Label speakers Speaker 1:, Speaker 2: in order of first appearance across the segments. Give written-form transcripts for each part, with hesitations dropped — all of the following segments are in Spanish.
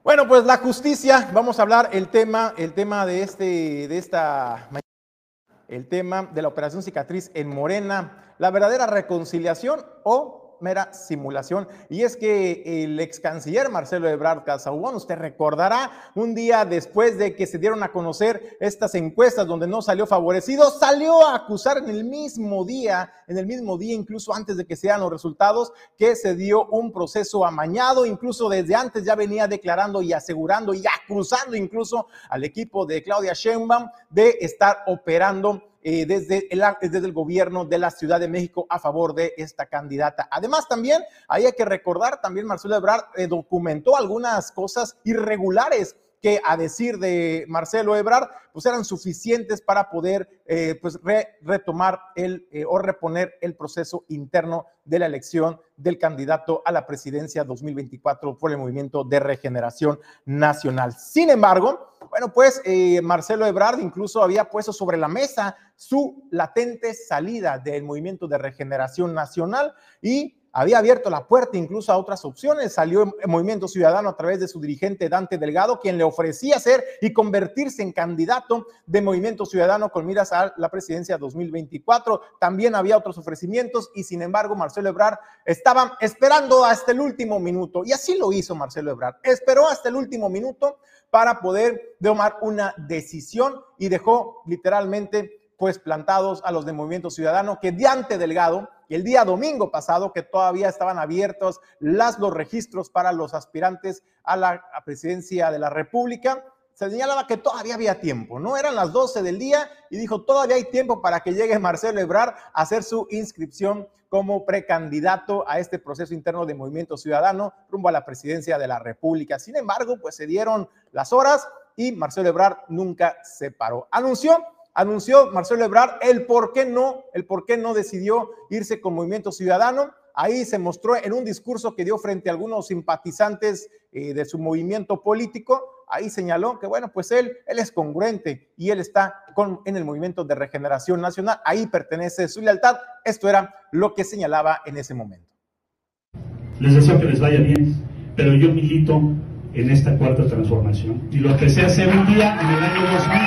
Speaker 1: Bueno, pues la justicia, vamos a hablar el tema el tema de la operación cicatriz en Morena, la verdadera reconciliación o mera simulación. Y es que el ex canciller Marcelo Ebrard Casaubon, usted recordará, un día después de que se dieron a conocer estas encuestas donde no salió favorecido, salió a acusar en el mismo día, incluso antes de que se dieran los resultados, que se dio un proceso amañado. Incluso desde antes ya venía declarando y asegurando y acusando incluso al equipo de Claudia Sheinbaum de estar operando desde el gobierno de la Ciudad de México a favor de esta candidata. Además, también hay que recordar, también Marcelo Ebrard documentó algunas cosas irregulares que, a decir de Marcelo Ebrard, pues eran suficientes para poder retomar o reponer el proceso interno de la elección del candidato a la presidencia 2024 por el Movimiento de Regeneración Nacional. Sin embargo, bueno, pues Marcelo Ebrard incluso había puesto sobre la mesa su latente salida del Movimiento de Regeneración Nacional y había abierto la puerta incluso a otras opciones. Salió el Movimiento Ciudadano a través de su dirigente Dante Delgado, quien le ofrecía ser y convertirse en candidato de Movimiento Ciudadano con miras a la presidencia 2024. También había otros ofrecimientos y, sin embargo, Marcelo Ebrard estaba esperando hasta el último minuto, y así lo hizo Marcelo Ebrard. Esperó hasta el último minuto para poder tomar una decisión y dejó literalmente pues plantados a los de Movimiento Ciudadano, que Dante Delgado, y el día domingo pasado, que todavía estaban abiertos los registros para los aspirantes a la presidencia de la República, se señalaba que todavía había tiempo, ¿no? Eran las 12 del día y dijo, todavía hay tiempo para que llegue Marcelo Ebrard a hacer su inscripción como precandidato a este proceso interno de Movimiento Ciudadano rumbo a la presidencia de la República. Sin embargo, pues se dieron las horas y Marcelo Ebrard nunca se paró. Anunció Marcelo Ebrard el por qué no decidió irse con Movimiento Ciudadano. Ahí se mostró en un discurso que dio frente a algunos simpatizantes de su movimiento político. Ahí señaló que, bueno, pues él es congruente y él está en el Movimiento de Regeneración Nacional. Ahí pertenece su lealtad. Esto era lo que señalaba en ese momento.
Speaker 2: Les deseo que les vaya bien, pero yo milito en esta cuarta transformación y lo empecé a hacer un día en el año 2000.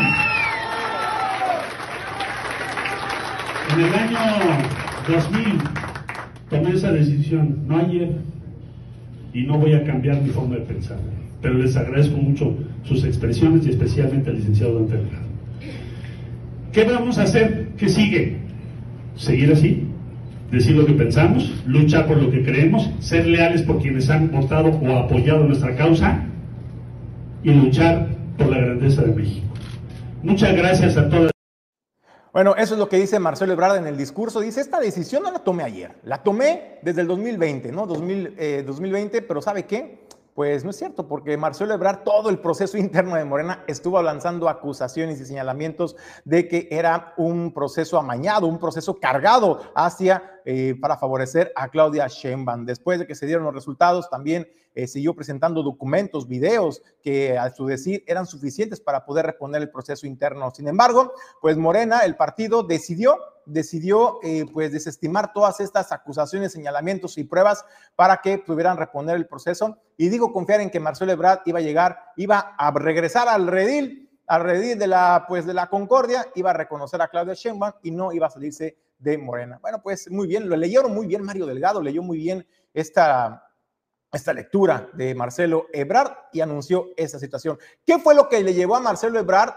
Speaker 2: En el año 2000 tomé esa decisión, no ayer, y no voy a cambiar mi forma de pensar, pero les agradezco mucho sus expresiones y especialmente al licenciado Dante Delgado. ¿Qué vamos a hacer? ¿Qué sigue? Seguir así, decir lo que pensamos, luchar por lo que creemos, ser leales por quienes han votado o apoyado nuestra causa y luchar por la grandeza de México. Muchas gracias a todas.
Speaker 1: Bueno, eso es lo que dice Marcelo Ebrard en el discurso. Dice, esta decisión no la tomé ayer, la tomé desde el 2020, ¿no? 2020, pero ¿sabe qué? Pues no es cierto, porque Marcelo Ebrard, todo el proceso interno de Morena, estuvo lanzando acusaciones y señalamientos de que era un proceso amañado, un proceso cargado para favorecer a Claudia Sheinbaum. Después de que se dieron los resultados, también siguió presentando documentos, videos que a su decir eran suficientes para poder reponer el proceso interno. Sin embargo, pues Morena, el partido, decidió pues desestimar todas estas acusaciones, señalamientos y pruebas para que pudieran reponer el proceso, y digo confiar en que Marcelo Ebrard iba a regresar al redil de la concordia, iba a reconocer a Claudia Sheinbaum y no iba a salirse de Morena. Bueno, pues muy bien, lo leyeron muy bien. Mario Delgado leyó muy bien esta lectura de Marcelo Ebrard y anunció esa situación. ¿Qué fue lo que le llevó a Marcelo Ebrard,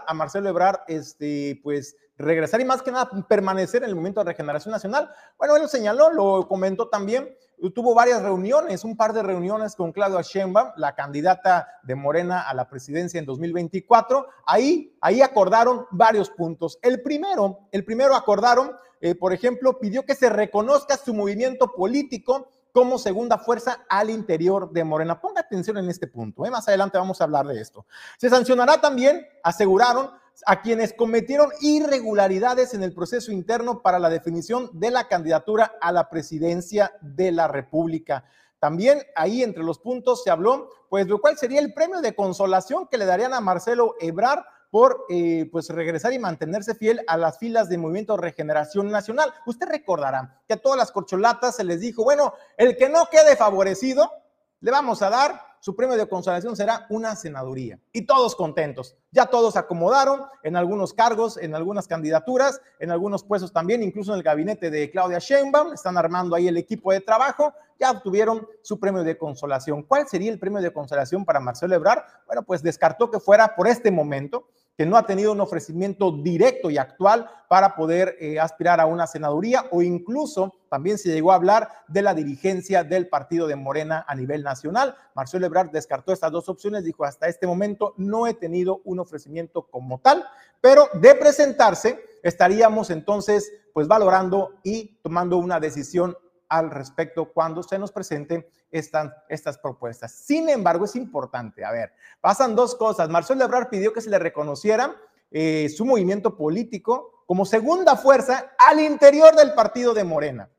Speaker 1: pues regresar y más que nada permanecer en el Movimiento de Regeneración Nacional? Bueno, él lo señaló, lo comentó también, tuvo varias reuniones, un par de reuniones con Claudia Sheinbaum, la candidata de Morena a la presidencia en 2024. Ahí acordaron varios puntos. El primero acordaron, por ejemplo, pidió que se reconozca su movimiento político como segunda fuerza al interior de Morena. Ponga atención en este punto, más adelante vamos a hablar de esto. Se sancionará también, aseguraron, a quienes cometieron irregularidades en el proceso interno para la definición de la candidatura a la presidencia de la República. También ahí entre los puntos se habló pues de cuál sería el premio de consolación que le darían a Marcelo Ebrard por pues regresar y mantenerse fiel a las filas del Movimiento de Regeneración Nacional. Usted recordará que a todas las corcholatas se les dijo, bueno, el que no quede favorecido, le vamos a dar su premio de consolación será una senaduría. Y todos contentos. Ya todos se acomodaron en algunos cargos, en algunas candidaturas, en algunos puestos también, incluso en el gabinete de Claudia Sheinbaum. Están armando ahí el equipo de trabajo. Ya obtuvieron su premio de consolación. ¿Cuál sería el premio de consolación para Marcelo Ebrard? Bueno, pues descartó que fuera por este momento, que no ha tenido un ofrecimiento directo y actual para poder aspirar a una senaduría, o incluso también se llegó a hablar de la dirigencia del partido de Morena a nivel nacional. Marcelo Ebrard descartó estas dos opciones, dijo: hasta este momento no he tenido un ofrecimiento como tal, pero de presentarse estaríamos entonces pues valorando y tomando una decisión al respecto cuando se nos presenten estas propuestas. Sin embargo, es importante, pasan dos cosas. Marcelo Ebrard pidió que se le reconociera su movimiento político como segunda fuerza al interior del partido de Morena.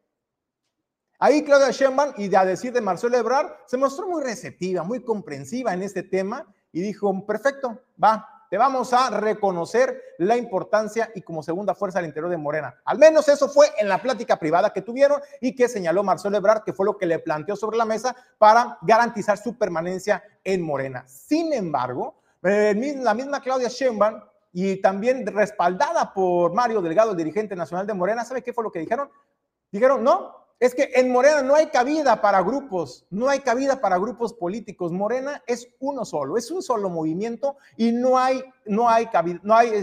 Speaker 1: Ahí Claudia Sheinbaum, y a decir de Marcelo Ebrard, se mostró muy receptiva, muy comprensiva en este tema y dijo: perfecto, te vamos a reconocer la importancia y como segunda fuerza al interior de Morena. Al menos eso fue en la plática privada que tuvieron y que señaló Marcelo Ebrard, que fue lo que le planteó sobre la mesa para garantizar su permanencia en Morena. Sin embargo, la misma Claudia Sheinbaum, y también respaldada por Mario Delgado, el dirigente nacional de Morena, ¿sabe qué fue lo que dijeron? Dijeron: no, es que en Morena no hay cabida para grupos, no hay cabida para grupos políticos. Morena es uno solo, es un solo movimiento y no hay cabida, no hay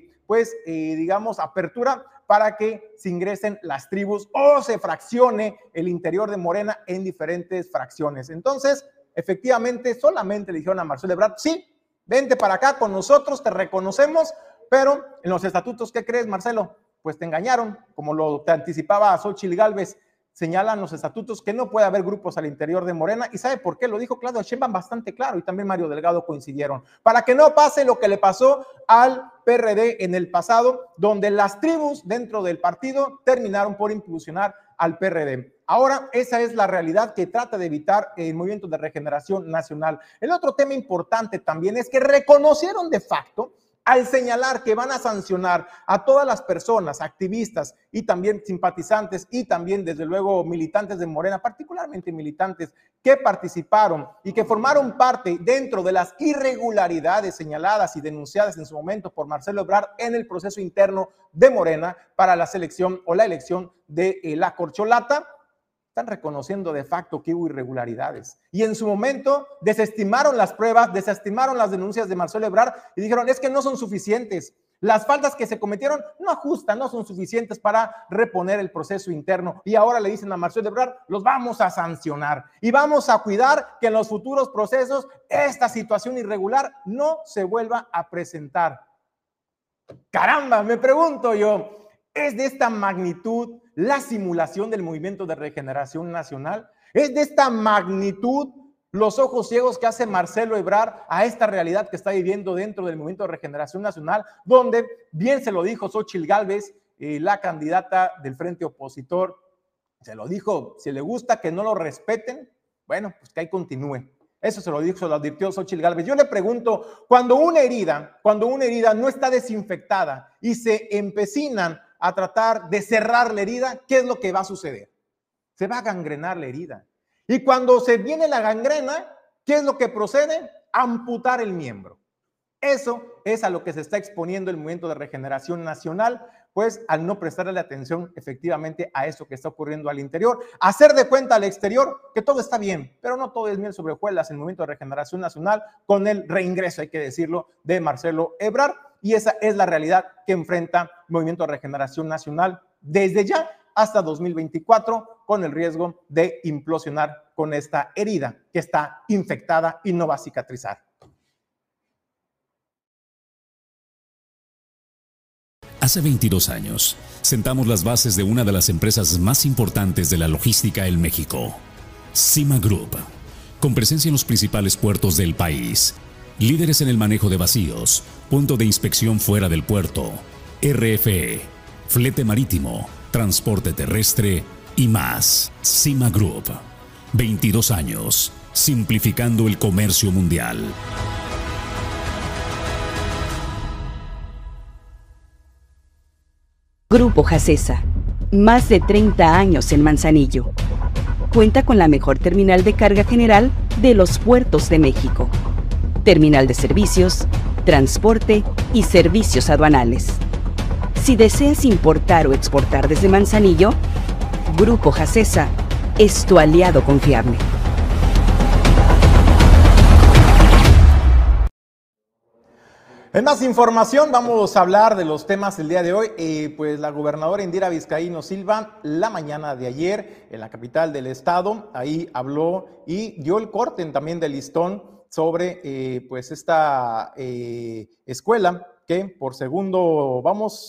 Speaker 1: digamos, apertura para que se ingresen las tribus o se fraccione el interior de Morena en diferentes fracciones. Entonces, efectivamente, solamente le dijeron a Marcelo Ebrard: sí, vente para acá con nosotros, te reconocemos, pero en los estatutos, ¿qué crees, Marcelo? Pues te engañaron, como te anticipaba Xóchitl Gálvez. Señalan los estatutos que no puede haber grupos al interior de Morena. ¿Y sabe por qué? Lo dijo Claudia Sheinbaum bastante claro, y también Mario Delgado coincidieron. Para que no pase lo que le pasó al PRD en el pasado, donde las tribus dentro del partido terminaron por impulsionar al PRD. Ahora esa es la realidad que trata de evitar el Movimiento de Regeneración Nacional. El otro tema importante también es que reconocieron de facto, al señalar que van a sancionar a todas las personas, activistas y también simpatizantes y también desde luego militantes de Morena, particularmente militantes que participaron y que formaron parte dentro de las irregularidades señaladas y denunciadas en su momento por Marcelo Ebrard en el proceso interno de Morena para la selección o la elección de la corcholata. Están reconociendo de facto que hubo irregularidades y en su momento desestimaron las pruebas, desestimaron las denuncias de Marcelo Ebrard y dijeron: es que no son suficientes, las faltas que se cometieron no ajustan, no son suficientes para reponer el proceso interno. Y ahora le dicen a Marcelo Ebrard: los vamos a sancionar y vamos a cuidar que en los futuros procesos esta situación irregular no se vuelva a presentar. Caramba, me pregunto yo, ¿es de esta magnitud la simulación del Movimiento de Regeneración Nacional? ¿Es de esta magnitud los ojos ciegos que hace Marcelo Ebrard a esta realidad que está viviendo dentro del Movimiento de Regeneración Nacional, donde, bien se lo dijo Xóchitl Gálvez, la candidata del frente opositor, se lo dijo: si le gusta que no lo respeten, bueno, pues que ahí continúe. Eso se lo dijo, se lo advirtió Xóchitl Gálvez. Yo le pregunto, cuando una herida no está desinfectada y se empecinan a tratar de cerrar la herida, ¿qué es lo que va a suceder? Se va a gangrenar la herida. Y cuando se viene la gangrena, ¿qué es lo que procede? Amputar el miembro. Eso es a lo que se está exponiendo el Movimiento de Regeneración Nacional, pues al no prestarle atención efectivamente a eso que está ocurriendo al interior, hacer de cuenta al exterior que todo está bien, pero no todo es miel sobre hojuelas en el Movimiento de Regeneración Nacional, con el reingreso, hay que decirlo, de Marcelo Ebrard. Y esa es la realidad que enfrenta el Movimiento de Regeneración Nacional desde ya hasta 2024, con el riesgo de implosionar con esta herida que está infectada y no va a cicatrizar.
Speaker 3: Hace 22 años, sentamos las bases de una de las empresas más importantes de la logística en México, Cima Group, con presencia en los principales puertos del país. Líderes en el manejo de vacíos, punto de inspección fuera del puerto, RFE, flete marítimo, transporte terrestre y más. Cima Group, 22 años, simplificando el comercio mundial.
Speaker 4: Grupo Jacesa, más de 30 años en Manzanillo. cuenta con la mejor terminal de carga general de los puertos de México. Terminal de servicios, transporte y servicios aduanales. Si deseas importar o exportar desde Manzanillo, Grupo Jacesa es tu aliado confiable.
Speaker 1: En más información vamos a hablar de los temas del día de hoy. Pues la gobernadora Indira Vizcaíno Silva, la mañana de ayer en la capital del estado, ahí habló y dio el corte también del listón sobre pues esta escuela que por segundo,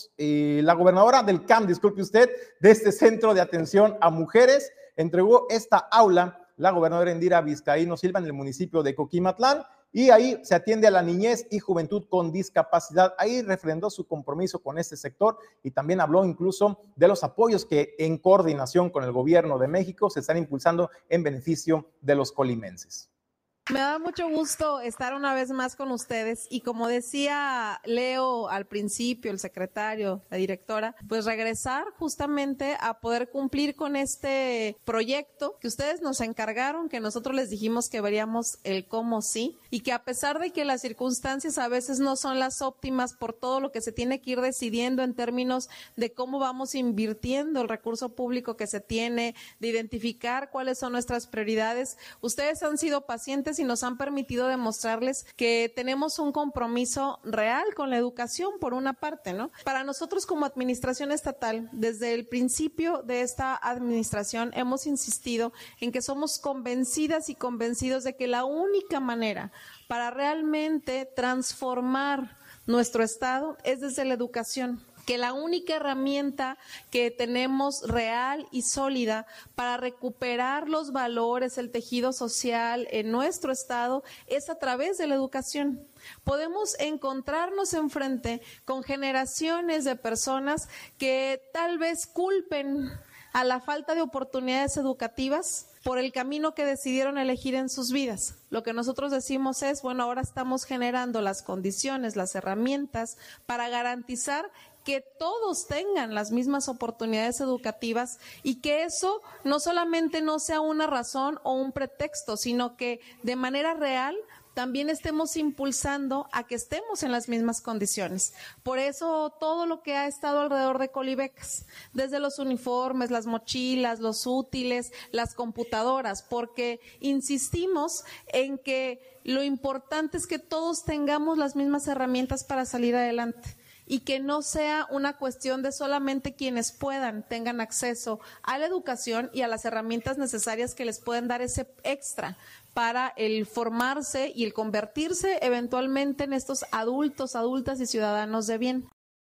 Speaker 1: la gobernadora del CAM, disculpe usted, de este Centro de Atención a Mujeres, entregó esta aula, la gobernadora Indira Vizcaíno Silva, en el municipio de Coquimatlán, y ahí se atiende a la niñez y juventud con discapacidad. Ahí refrendó su compromiso con este sector y también habló incluso de los apoyos que en coordinación con el gobierno de México se están impulsando en beneficio de los colimenses.
Speaker 5: Me da mucho gusto estar una vez más con ustedes y como decía Leo al principio, el secretario, la directora, pues regresar justamente a poder cumplir con este proyecto que ustedes nos encargaron, que nosotros les dijimos que veríamos el cómo sí y que a pesar de que las circunstancias a veces no son las óptimas por todo lo que se tiene que ir decidiendo en términos de cómo vamos invirtiendo el recurso público que se tiene, de identificar cuáles son nuestras prioridades, ustedes han sido pacientes y nos han permitido demostrarles que tenemos un compromiso real con la educación, por una parte, ¿no? Para nosotros como administración estatal, desde el principio de esta administración hemos insistido en que somos convencidas y convencidos de que la única manera para realmente transformar nuestro estado es desde la educación, que la única herramienta que tenemos real y sólida para recuperar los valores, el tejido social en nuestro estado es a través de la educación. Podemos encontrarnos enfrente con generaciones de personas que tal vez culpen a la falta de oportunidades educativas por el camino que decidieron elegir en sus vidas. Lo que nosotros decimos es, bueno, ahora estamos generando las condiciones, las herramientas para garantizar que todos tengan las mismas oportunidades educativas y que eso no solamente no sea una razón o un pretexto, sino que de manera real también estemos impulsando a que estemos en las mismas condiciones. Por eso todo lo que ha estado alrededor de Colibecas, desde los uniformes, las mochilas, los útiles, las computadoras, porque insistimos en que lo importante es que todos tengamos las mismas herramientas para salir adelante. Y que no sea una cuestión de solamente quienes puedan tengan acceso a la educación y a las herramientas necesarias que les pueden dar ese extra para el formarse y el convertirse eventualmente en estos adultos, adultas y ciudadanos de bien.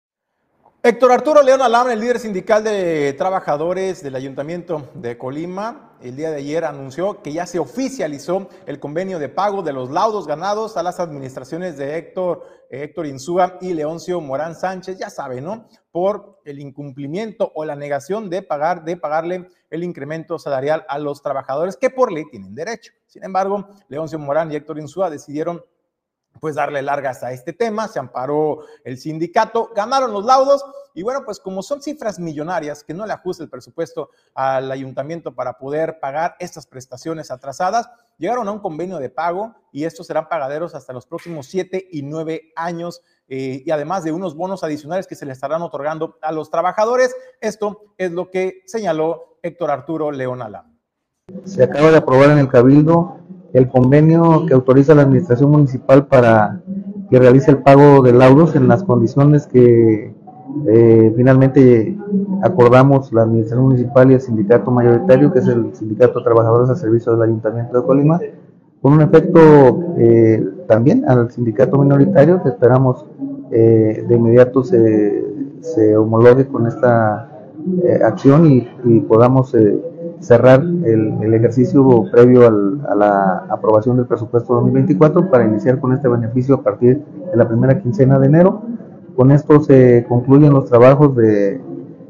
Speaker 1: Héctor Arturo León Alam, el líder sindical de trabajadores del Ayuntamiento de Colima, el día de ayer anunció que ya se oficializó el convenio de pago de los laudos ganados a las administraciones de Héctor Insúa y Leoncio Morán Sánchez, ya saben, ¿no? Por el incumplimiento o la negación de pagarle el incremento salarial a los trabajadores que por ley tienen derecho. Sin embargo, Leoncio Morán y Héctor Insúa decidieron pues darle largas a este tema, se amparó el sindicato, ganaron los laudos y bueno, pues como son cifras millonarias que no le ajusta el presupuesto al ayuntamiento para poder pagar estas prestaciones atrasadas, llegaron a un convenio de pago y estos serán pagaderos hasta los próximos 7 y 9 años y además de unos bonos adicionales que se le estarán otorgando a los trabajadores. Esto es lo que señaló Héctor Arturo León Alam.
Speaker 6: Se acaba de aprobar en el Cabildo el convenio que autoriza a la administración municipal para que realice el pago de laudos en las condiciones que finalmente acordamos la administración municipal y el sindicato mayoritario, que es el Sindicato de Trabajadores al Servicio del Ayuntamiento de Colima, con un efecto también al sindicato minoritario, que esperamos de inmediato se homologue con esta acción y podamos cerrar el ejercicio previo a la aprobación del presupuesto 2024 para iniciar con este beneficio a partir de la primera quincena de enero. Con esto se concluyen los trabajos de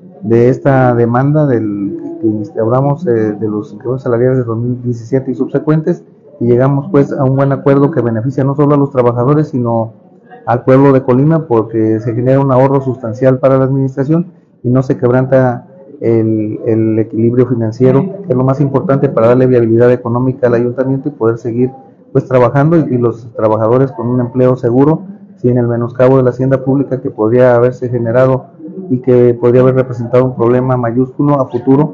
Speaker 6: esta demanda que instauramos de los incrementos salariales de 2017 y subsecuentes, y llegamos pues a un buen acuerdo que beneficia no solo a los trabajadores sino al pueblo de Colima, porque se genera un ahorro sustancial para la administración y no se quebranta el equilibrio financiero, que es lo más importante para darle viabilidad económica al ayuntamiento y poder seguir pues trabajando y los trabajadores con un empleo seguro, sin el menoscabo de la hacienda pública que podría haberse generado y que podría haber representado un problema mayúsculo a futuro.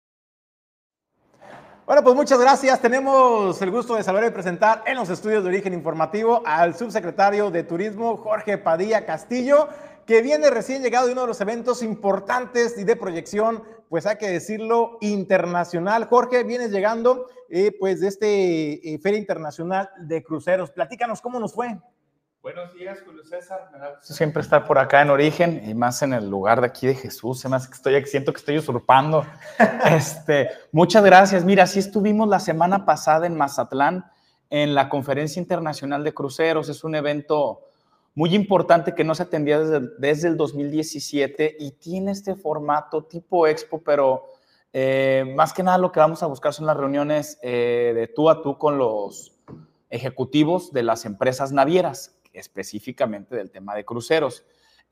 Speaker 1: Bueno, pues muchas gracias. Tenemos el gusto de saludar y presentar en los estudios de Origen Informativo al subsecretario de Turismo, Jorge Padilla Castillo, que viene recién llegado de uno de los eventos importantes y de proyección, pues hay que decirlo, internacional. Jorge, vienes llegando pues de este Feria Internacional de Cruceros. Platícanos cómo nos fue.
Speaker 7: Buenos días, Julio César. Me da gusto siempre estar por acá en Origen y más en el lugar de aquí de Jesús. Se me hace que estoy aquí, siento que estoy usurpando. Muchas gracias. Mira, sí estuvimos la semana pasada en Mazatlán en la Conferencia Internacional de Cruceros. Es un evento muy importante que no se atendía desde el 2017 y tiene este formato tipo expo, pero más que nada lo que vamos a buscar son las reuniones de tú a tú con los ejecutivos de las empresas navieras, específicamente del tema de cruceros.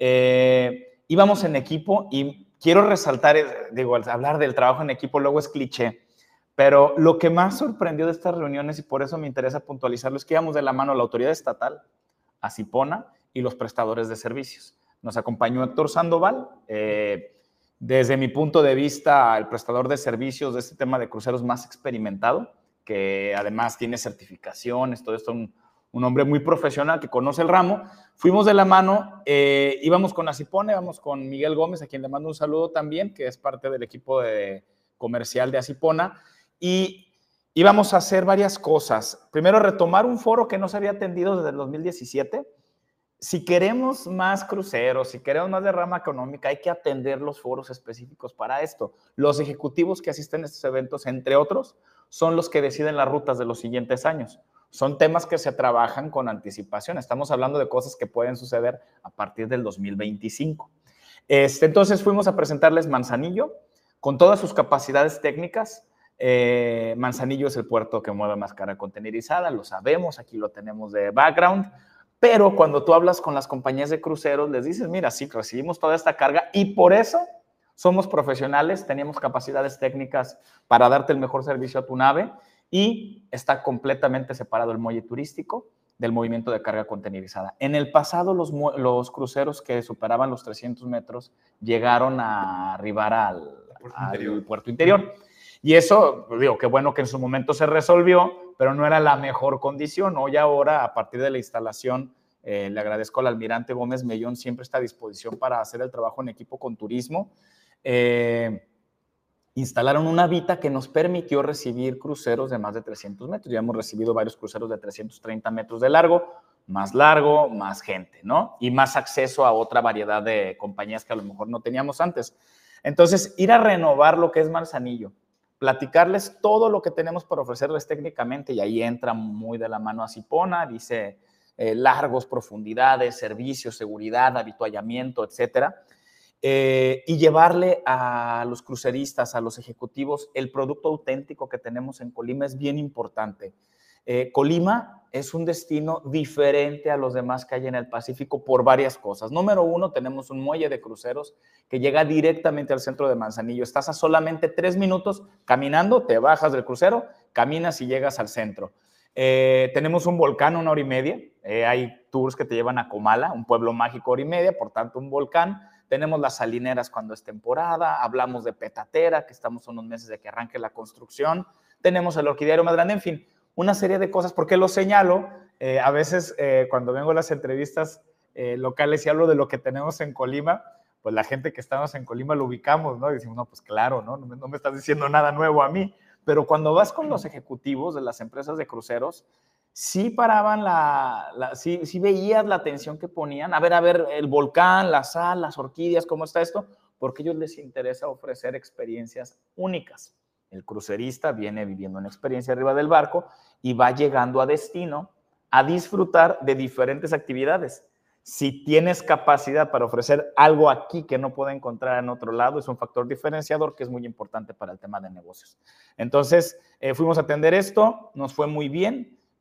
Speaker 7: Íbamos en equipo y quiero resaltar, digo, hablar del trabajo en equipo luego es cliché, pero lo que más sorprendió de estas reuniones, y por eso me interesa puntualizarlo, es que íbamos de la mano a la autoridad estatal, a Cipona y los prestadores de servicios. Nos acompañó Héctor Sandoval, desde mi punto de vista, el prestador de servicios de este tema de cruceros más experimentado, que además tiene certificaciones, todo esto, un hombre muy profesional que conoce el ramo. Fuimos de la mano, íbamos con Acipona, íbamos con Miguel Gómez, a quien le mando un saludo también, que es parte del equipo comercial de Acipona, y íbamos a hacer varias cosas. Primero, retomar un foro que no se había atendido desde el 2017. Si queremos más cruceros, si queremos más derrama económica, hay que atender los foros específicos para esto. Los ejecutivos que asisten a estos eventos, entre otros, son los que deciden las rutas de los siguientes años. Son temas que se trabajan con anticipación. Estamos hablando de cosas que pueden suceder a partir del 2025. Entonces fuimos a presentarles Manzanillo con todas sus capacidades técnicas. Manzanillo es el puerto que mueve más carga containerizada, lo sabemos, aquí lo tenemos de background, pero cuando tú hablas con las compañías de cruceros, les dices, mira, sí, recibimos toda esta carga y por eso somos profesionales, teníamos capacidades técnicas para darte el mejor servicio a tu nave y está completamente separado el muelle turístico del movimiento de carga containerizada. En el pasado, los cruceros que superaban los 300 metros llegaron a arribar al puerto interior. Y eso, digo, qué bueno que en su momento se resolvió, pero no era la mejor condición. Hoy ahora, a partir de la instalación, le agradezco al almirante Gómez Mellón, siempre está a disposición para hacer el trabajo en equipo con turismo. Instalaron una vita que nos permitió recibir cruceros de más de 300 metros. Ya hemos recibido varios cruceros de 330 metros de largo, más gente, ¿no? Y más acceso a otra variedad de compañías que a lo mejor no teníamos antes. Entonces, ir a renovar lo que es Manzanillo, platicarles todo lo que tenemos para ofrecerles técnicamente, y ahí entra muy de la mano a Cipona, dice largos, profundidades, servicios, seguridad, habituallamiento, etcétera. Y llevarle a los cruceristas, a los ejecutivos, el producto auténtico que tenemos en Colima es bien importante. Colima es un destino diferente a los demás que hay en el Pacífico por varias cosas. Número uno, tenemos un muelle de cruceros que llega directamente al centro de Manzanillo. Estás a solamente 3 minutos caminando, te bajas del crucero, caminas y llegas al centro. Tenemos un volcán 1 hora y media. Hay tours que te llevan a Comala, un pueblo mágico 1 hora y media, por tanto un volcán. Tenemos las salineras cuando es temporada, hablamos de Petatera, que estamos a unos meses de que arranque la construcción, tenemos el orquideario más grande, en fin, una serie de cosas. ¿Por qué lo señalo? A veces cuando vengo a las entrevistas locales y hablo de lo que tenemos en Colima, pues la gente que estamos en Colima lo ubicamos, ¿no? Y decimos, no, pues claro, ¿no? No me estás diciendo nada nuevo a mí. Pero cuando vas con los ejecutivos de las empresas de cruceros, sí paraban sí veías la atención que ponían. A ver, el volcán, la sal, las orquídeas, ¿cómo está esto? Porque a ellos les interesa ofrecer experiencias únicas. El crucerista viene viviendo una experiencia arriba del barco y va llegando a destino a disfrutar de diferentes actividades. Si tienes capacidad para ofrecer algo aquí que no puede encontrar en otro lado, es un factor diferenciador que es muy importante para el tema de negocios. Entonces, fuimos a atender esto, nos fue muy bien.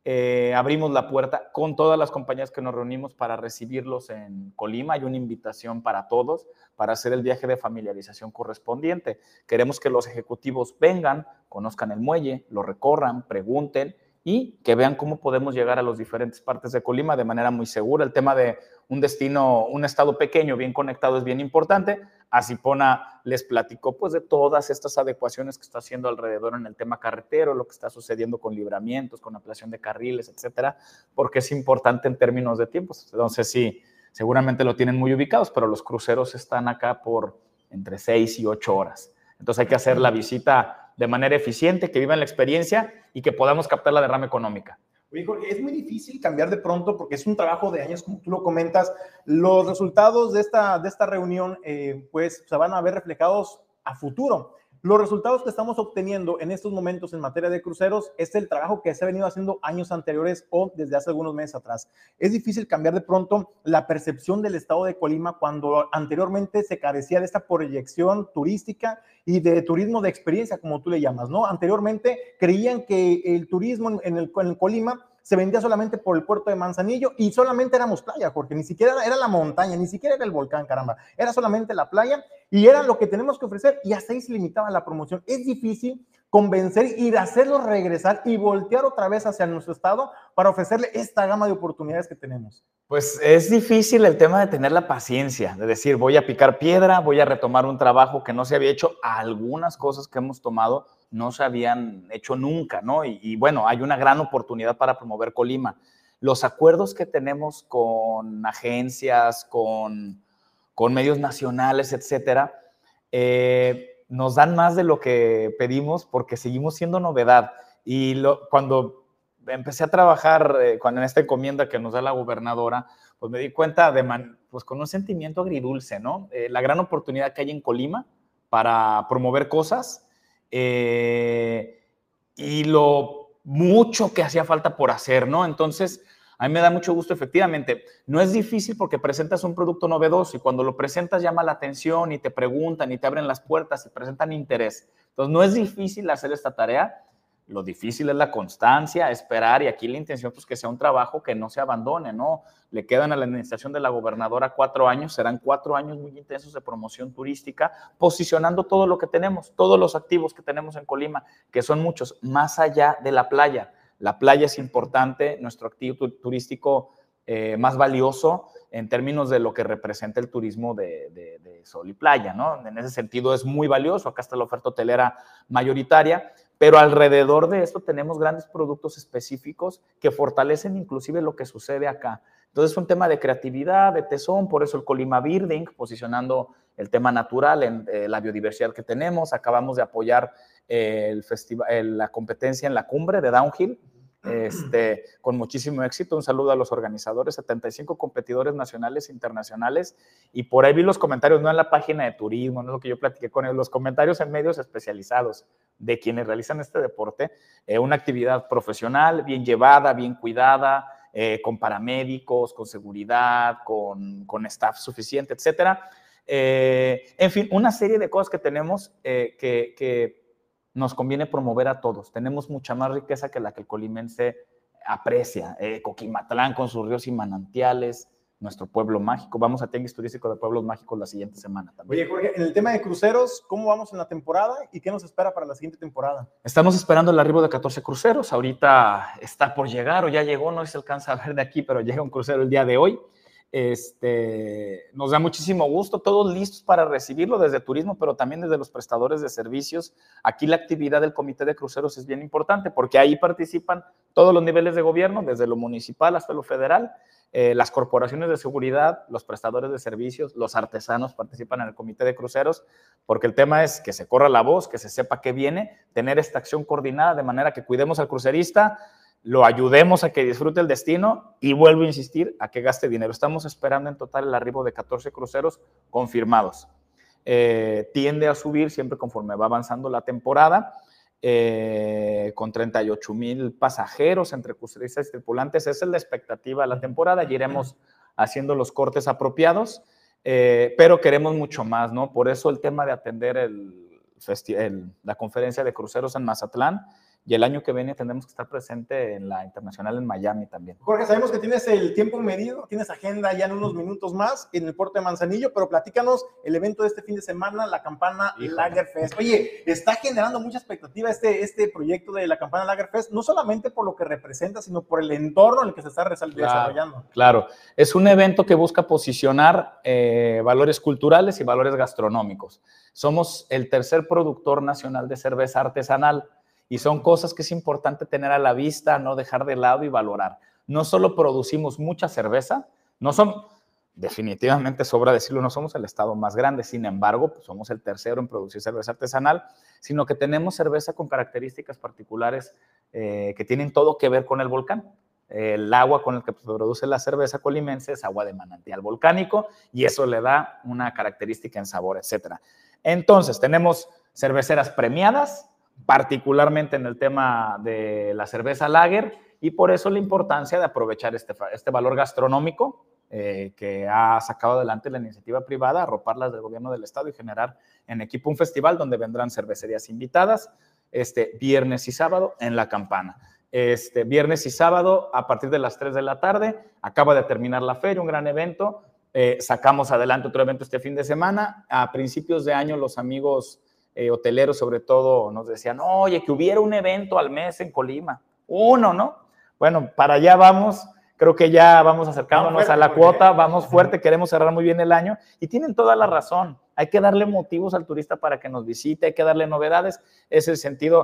Speaker 7: abrimos la puerta con todas las compañías que nos reunimos para recibirlos en Colima. Hay una invitación para todos para hacer el viaje de familiarización correspondiente. Queremos que los ejecutivos vengan, conozcan el muelle, lo recorran, pregunten y que vean cómo podemos llegar a las diferentes partes de Colima de manera muy segura. El tema de un destino, un estado pequeño, bien conectado, es bien importante. A Cipona les platicó pues de todas estas adecuaciones que está haciendo alrededor en el tema carretero, lo que está sucediendo con libramientos, con ampliación de carriles, etcétera, porque es importante en términos de tiempos. Entonces sí, seguramente lo tienen muy ubicados, pero los cruceros están acá por entre 6 y 8 horas. Entonces hay que hacer la visita de manera eficiente, que vivan la experiencia y que podamos captar la derrama económica.
Speaker 1: Oye, Jorge, es muy difícil cambiar de pronto porque es un trabajo de años, como tú lo comentas. Los resultados de esta reunión pues se van a ver reflejados a futuro. Los resultados que estamos obteniendo en estos momentos en materia de cruceros es el trabajo que se ha venido haciendo años anteriores o desde hace algunos meses atrás. Es difícil cambiar de pronto la percepción del estado de Colima cuando anteriormente se carecía de esta proyección turística y de turismo de experiencia, como tú le llamas, ¿no? Anteriormente creían que el turismo en el Colima se vendía solamente por el puerto de Manzanillo y solamente éramos playa, Jorge, ni siquiera era la montaña, ni siquiera era el volcán, caramba, era solamente la playa y era lo que tenemos que ofrecer y hasta ahí se limitaba la promoción. Es difícil convencer y de hacerlos regresar y voltear otra vez hacia nuestro estado para ofrecerle esta gama de oportunidades que tenemos.
Speaker 7: Pues es difícil el tema de tener la paciencia, de decir voy a picar piedra, voy a retomar un trabajo que no se había hecho, algunas cosas que hemos tomado no se habían hecho nunca, ¿no? Y bueno, hay una gran oportunidad para promover Colima. Los acuerdos que tenemos con agencias, con medios nacionales, etcétera, nos dan más de lo que pedimos porque seguimos siendo novedad. Y cuando empecé a trabajar en esta encomienda que nos da la gobernadora, pues me di cuenta pues con un sentimiento agridulce, ¿no? La gran oportunidad que hay en Colima para promover cosas y lo mucho que hacía falta por hacer, ¿no? Entonces, a mí me da mucho gusto, efectivamente. No es difícil porque presentas un producto novedoso y cuando lo presentas llama la atención y te preguntan y te abren las puertas y presentan interés. Entonces, no es difícil hacer esta tarea. Lo difícil es la constancia, esperar, y aquí la intención pues que sea un trabajo que no se abandone, ¿no? Le quedan a la administración de la gobernadora 4 años, serán 4 años muy intensos de promoción turística, posicionando todo lo que tenemos, todos los activos que tenemos en Colima, que son muchos, más allá de la playa. La playa es importante, nuestro activo turístico más valioso en términos de lo que representa el turismo de sol y playa, ¿no? En ese sentido es muy valioso, acá está la oferta hotelera mayoritaria, pero alrededor de esto tenemos grandes productos específicos que fortalecen inclusive lo que sucede acá. Entonces es un tema de creatividad, de tesón, por eso el Colima Birding, posicionando el tema natural en la biodiversidad que tenemos. Acabamos de apoyar la competencia en la cumbre de Downhill, con muchísimo éxito. Un saludo a los organizadores, 75 competidores nacionales e internacionales, y por ahí vi los comentarios, no en la página de turismo, no es lo que yo platiqué con ellos, los comentarios en medios especializados de quienes realizan este deporte, una actividad profesional, bien llevada, bien cuidada, con paramédicos, con seguridad, con staff suficiente, etcétera. En fin, una serie de cosas que tenemos que nos conviene promover a todos. Tenemos mucha más riqueza que la que el colimense aprecia. Coquimatlán con sus ríos y manantiales, nuestro pueblo mágico. Vamos a Tianguis Turístico de Pueblos Mágicos la siguiente semana también.
Speaker 1: Oye, Jorge, en el tema de cruceros, ¿cómo vamos en la temporada y qué nos espera para la siguiente temporada?
Speaker 7: Estamos esperando el arribo de 14 cruceros. Ahorita está por llegar o ya llegó, no se alcanza a ver de aquí, pero llega un crucero el día de hoy. Nos da muchísimo gusto, todos listos para recibirlo desde turismo, pero también desde los prestadores de servicios. Aquí la actividad del Comité de Cruceros es bien importante porque ahí participan todos los niveles de gobierno, desde lo municipal hasta lo federal, las corporaciones de seguridad, los prestadores de servicios, los artesanos participan en el Comité de Cruceros, porque el tema es que se corra la voz, que se sepa qué viene, tener esta acción coordinada de manera que cuidemos al crucerista, lo ayudemos a que disfrute el destino y vuelvo a insistir a que gaste dinero. Estamos esperando en total el arribo de 14 cruceros confirmados. Tiende a subir siempre conforme va avanzando la temporada, con 38,000 pasajeros entre cruceristas y tripulantes. Esa es la expectativa de la temporada y iremos haciendo los cortes apropiados, pero queremos mucho más, ¿no? Por eso el tema de atender la conferencia de cruceros en Mazatlán y el año que viene tendremos que estar presente en la internacional en Miami también.
Speaker 1: Jorge, sabemos que tienes el tiempo medido, tienes agenda ya en unos minutos más en el puerto de Manzanillo, pero platícanos el evento de este fin de semana, la Campana Lagerfest. Oye, está generando mucha expectativa este proyecto de la Campana Lagerfest, no solamente por lo que representa, sino por el entorno en el que se está desarrollando.
Speaker 7: Claro, es un evento que busca posicionar valores culturales y valores gastronómicos. Somos el tercer productor nacional de cerveza artesanal y son cosas que es importante tener a la vista, no dejar de lado y valorar. No solo producimos mucha cerveza, definitivamente sobra decirlo, no somos el estado más grande, sin embargo, pues somos el tercero en producir cerveza artesanal, sino que tenemos cerveza con características particulares que tienen todo que ver con el volcán. El agua con el que se produce la cerveza colimense es agua de manantial volcánico y eso le da una característica en sabor, etc. Entonces, tenemos cerveceras premiadas, particularmente en el tema de la cerveza lager, y por eso la importancia de aprovechar este valor gastronómico que ha sacado adelante la iniciativa privada, arroparlas del gobierno del estado y generar en equipo un festival donde vendrán cervecerías invitadas viernes y sábado en La Campana. Viernes y sábado a partir de las 3 de la tarde, acaba de terminar la feria, un gran evento, sacamos adelante otro evento este fin de semana. A principios de año los amigos hoteleros sobre todo nos decían, oye, que hubiera un evento al mes en Colima, uno, ¿no? Bueno, para allá vamos, creo que ya vamos acercándonos a la cuota, vamos fuerte, queremos cerrar muy bien el año y tienen toda la razón, hay que darle motivos al turista para que nos visite, hay que darle novedades, es el sentido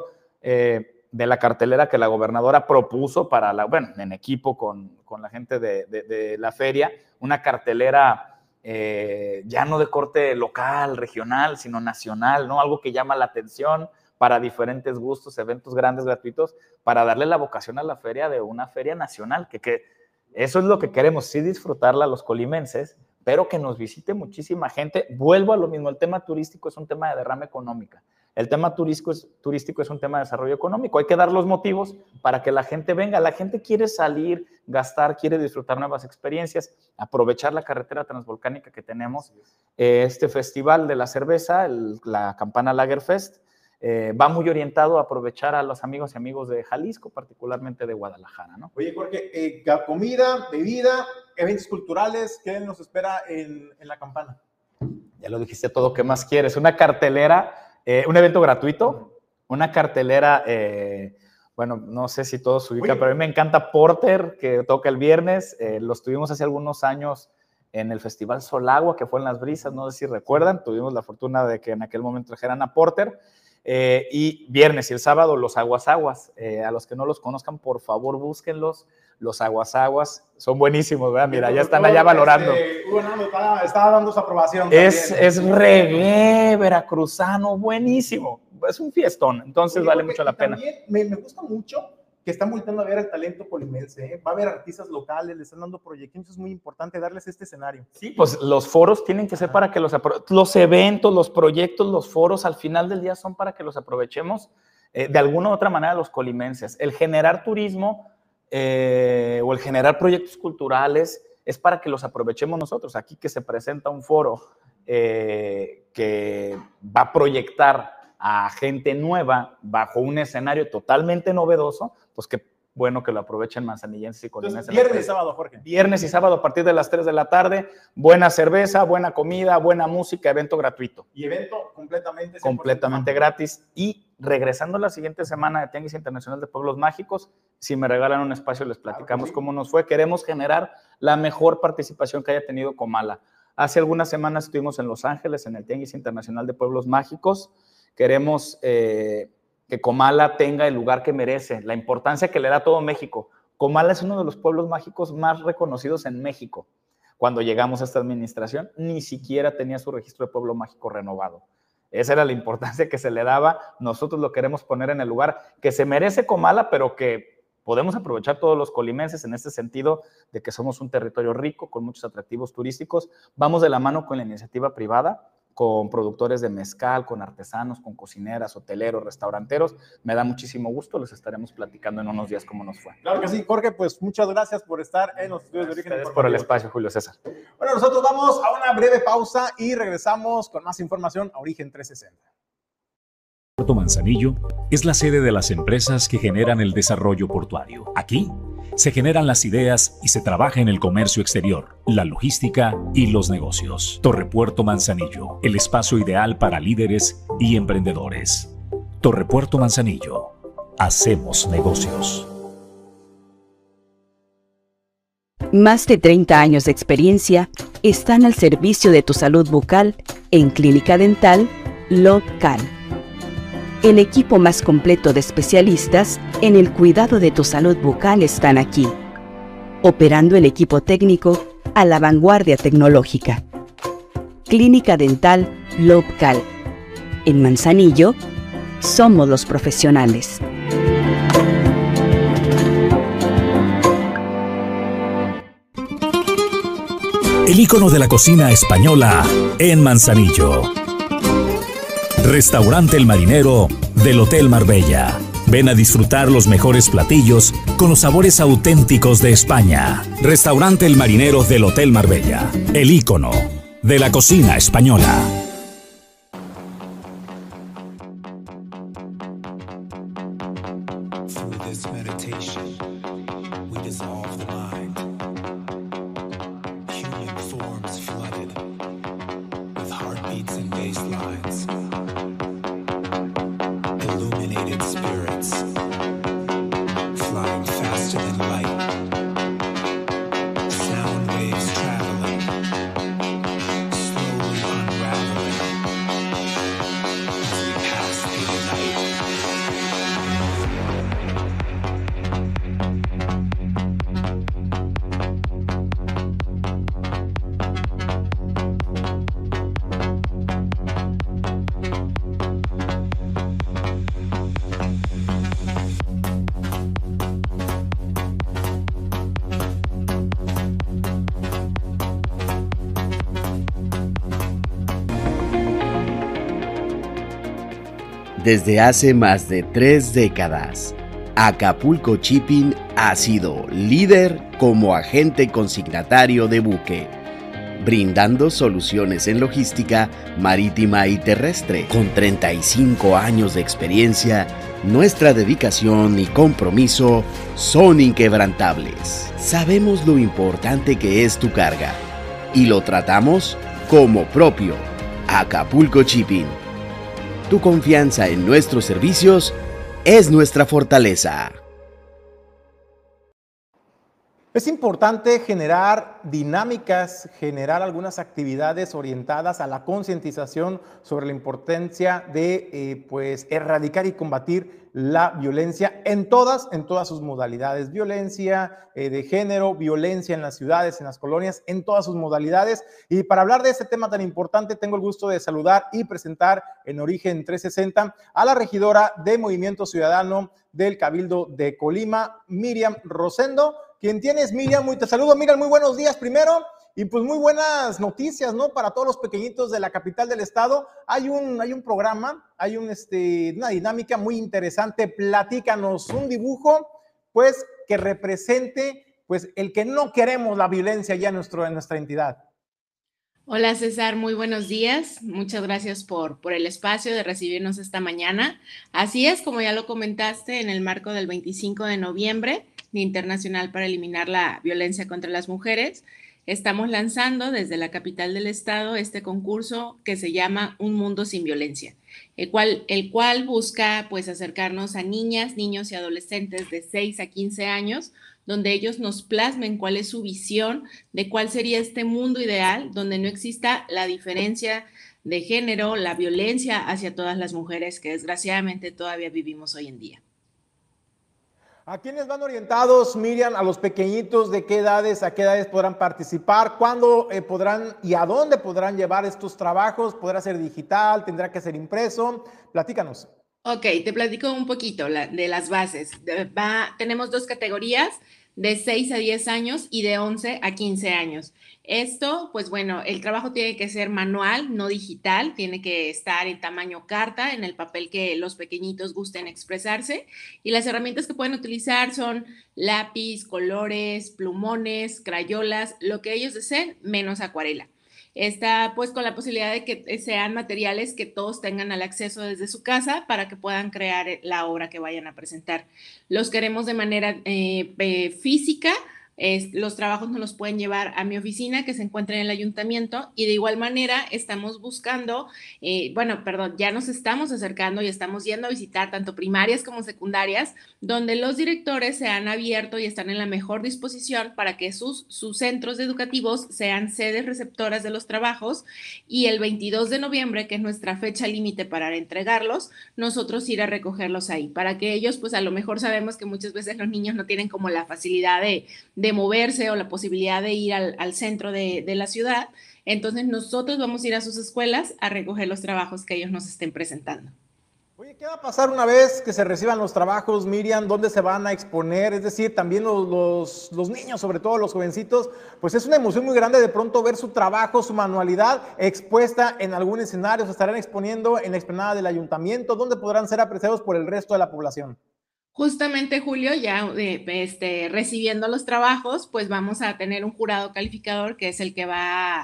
Speaker 7: de la cartelera que la gobernadora propuso para en equipo con la gente de la feria, una cartelera ya no de corte local, regional, sino nacional, ¿no? Algo que llama la atención para diferentes gustos, eventos grandes, gratuitos, para darle la vocación a la feria de una feria nacional, que eso es lo que queremos, sí disfrutarla los colimenses, pero que nos visite muchísima gente. Vuelvo a lo mismo, el tema turístico es un tema de derrama económica. El tema turístico es un tema de desarrollo económico. Hay que dar los motivos para que la gente venga. La gente quiere salir, gastar, quiere disfrutar nuevas experiencias, aprovechar la carretera transvolcánica que tenemos. Este festival de la cerveza, la Campana Lagerfest, va muy orientado a aprovechar a los amigos y amigos de Jalisco, particularmente de Guadalajara, ¿no?
Speaker 1: Oye, Jorge, comida, bebida, eventos culturales, ¿qué nos espera en la Campana?
Speaker 7: Ya lo dijiste todo, ¿qué más quieres? Una cartelera, un evento gratuito, una cartelera, no sé si todos se ubican, pero a mí me encanta Porter, que toca el viernes, los tuvimos hace algunos años en el Festival Solagua, que fue en Las Brisas, no sé si recuerdan, tuvimos la fortuna de que en aquel momento trajeran a Porter, y viernes y el sábado los Aguas Aguas, a los que no los conozcan, por favor búsquenlos, los Aguas Aguas, son buenísimos, ¿verdad? Mira, ya están allá valorando.
Speaker 1: Estaba dando su aprobación.
Speaker 7: Es reggae veracruzano, buenísimo, es un fiestón, entonces vale mucho la pena.
Speaker 1: También me gusta mucho que están volteando a ver el talento colimense, va a haber artistas locales, le están dando proyectos, es muy importante darles este escenario.
Speaker 7: Sí, pues los foros tienen que ser para que los eventos, los proyectos, los foros al final del día son para que los aprovechemos de alguna u otra manera los colimenses. El generar turismo o el generar proyectos culturales es para que los aprovechemos nosotros. Aquí que se presenta un foro que va a proyectar a gente nueva bajo un escenario totalmente novedoso, pues qué bueno que lo aprovechen manzanillenses y colimenses.
Speaker 1: Viernes y sábado, Jorge.
Speaker 7: Viernes y sábado a partir de las 3 de la tarde, buena cerveza, buena comida, buena música, evento gratuito.
Speaker 1: Y evento completamente
Speaker 7: gratis. Y regresando la siguiente semana de Tianguis Internacional de Pueblos Mágicos, si me regalan un espacio les platicamos cómo nos fue. Queremos generar la mejor participación que haya tenido Comala. Hace algunas semanas estuvimos en Los Ángeles, en el Tianguis Internacional de Pueblos Mágicos. Queremos que Comala tenga el lugar que merece, la importancia que le da a todo México. Comala es uno de los pueblos mágicos más reconocidos en México. Cuando llegamos a esta administración, ni siquiera tenía su registro de pueblo mágico renovado. Esa era la importancia que se le daba. Nosotros lo queremos poner en el lugar que se merece Comala, pero que podemos aprovechar todos los colimenses en este sentido de que somos un territorio rico, con muchos atractivos turísticos. Vamos de la mano con la iniciativa privada, con productores de mezcal, con artesanos, con cocineras, hoteleros, restauranteros. Me da muchísimo gusto, les estaremos platicando en unos días cómo nos fue.
Speaker 1: Claro que sí, Jorge, pues muchas gracias por estar en los estudios de Origen.
Speaker 7: Gracias por el espacio, Julio César.
Speaker 1: Bueno, nosotros vamos a una breve pausa y regresamos con más información a Origen 360.
Speaker 3: Puerto Manzanillo es la sede de las empresas que generan el desarrollo portuario. Aquí se generan las ideas y se trabaja en el comercio exterior, la logística y los negocios. Torrepuerto Manzanillo, el espacio ideal para líderes y emprendedores. Torrepuerto Manzanillo, hacemos negocios.
Speaker 4: Más de 30 años de experiencia están al servicio de tu salud bucal en Clínica Dental Local. El equipo más completo de especialistas en el cuidado de tu salud bucal están aquí, operando el equipo técnico a la vanguardia tecnológica. Clínica Dental Local. En Manzanillo, somos los profesionales.
Speaker 3: El ícono de la cocina española en Manzanillo. Restaurante El Marinero del Hotel Marbella. Ven a disfrutar los mejores platillos con los sabores auténticos de España. Restaurante El Marinero del Hotel Marbella. El ícono de la cocina española.
Speaker 8: Desde hace más de 3 décadas, Acapulco Shipping ha sido líder como agente consignatario de buque, brindando soluciones en logística marítima y terrestre. Con 35 años de experiencia, nuestra dedicación y compromiso son inquebrantables. Sabemos lo importante que es tu carga y lo tratamos como propio. Acapulco Shipping. Tu confianza en nuestros servicios es nuestra fortaleza.
Speaker 1: Es importante generar dinámicas, generar algunas actividades orientadas a la concientización sobre la importancia de erradicar y combatir la violencia en todas sus modalidades. Violencia de género, violencia en las ciudades, en las colonias, en todas sus modalidades. Y para hablar de este tema tan importante, tengo el gusto de saludar y presentar en Origen 360 a la regidora de Movimiento Ciudadano del Cabildo de Colima, Miriam Rosendo. ¿Quién tienes, Miriam? Te saludo, Miriam, muy buenos días primero, y pues muy buenas noticias, ¿no? Para todos los pequeñitos de la capital del estado. Hay un programa, hay una dinámica muy interesante. Platícanos un dibujo, pues, que represente, pues, el que no queremos la violencia ya en nuestra entidad.
Speaker 9: Hola César, muy buenos días. Muchas gracias por el espacio de recibirnos esta mañana. Así es, como ya lo comentaste, en el marco del 25 de noviembre, Día Internacional para Eliminar la Violencia contra las Mujeres, estamos lanzando desde la capital del estado este concurso que se llama Un Mundo Sin Violencia, el cual busca pues acercarnos a niñas, niños y adolescentes de 6 a 15 años, donde ellos nos plasmen cuál es su visión de cuál sería este mundo ideal, donde no exista la diferencia de género, la violencia hacia todas las mujeres que desgraciadamente todavía vivimos hoy en día.
Speaker 1: ¿A quiénes van orientados, Miriam? ¿A los pequeñitos? ¿De qué edades? ¿A qué edades podrán participar? ¿Cuándo podrán y a dónde podrán llevar estos trabajos? ¿Podrá ser digital? ¿Tendrá que ser impreso? Platícanos.
Speaker 9: Ok, te platico un poquito de las bases. Tenemos 2 categorías, de 6 a 10 años y de 11 a 15 años. Esto, pues bueno, el trabajo tiene que ser manual, no digital, tiene que estar en tamaño carta, en el papel que los pequeñitos gusten expresarse. Y las herramientas que pueden utilizar son lápiz, colores, plumones, crayolas, lo que ellos deseen, menos acuarela. Está pues con la posibilidad de que sean materiales que todos tengan al acceso desde su casa para que puedan crear la obra que vayan a presentar. Los queremos de manera física. Los trabajos nos los pueden llevar a mi oficina que se encuentra en el ayuntamiento, y de igual manera estamos buscando, ya nos estamos acercando y estamos yendo a visitar tanto primarias como secundarias, donde los directores se han abierto y están en la mejor disposición para que sus centros educativos sean sedes receptoras de los trabajos, y el 22 de noviembre, que es nuestra fecha límite para entregarlos, nosotros ir a recogerlos ahí, para que ellos, pues a lo mejor sabemos que muchas veces los niños no tienen como la facilidad de moverse o la posibilidad de ir al centro de la ciudad. Entonces nosotros vamos a ir a sus escuelas a recoger los trabajos que ellos nos estén presentando.
Speaker 1: Oye, ¿qué va a pasar una vez que se reciban los trabajos, Miriam? ¿Dónde se van a exponer? Es decir, también los niños, sobre todo los jovencitos, pues es una emoción muy grande de pronto ver su trabajo, su manualidad expuesta en algún escenario. Se estarán exponiendo en la explanada del ayuntamiento, donde podrán ser apreciados por el resto de la población.
Speaker 9: Justamente, Julio, ya recibiendo los trabajos, pues vamos a tener un jurado calificador que es el que va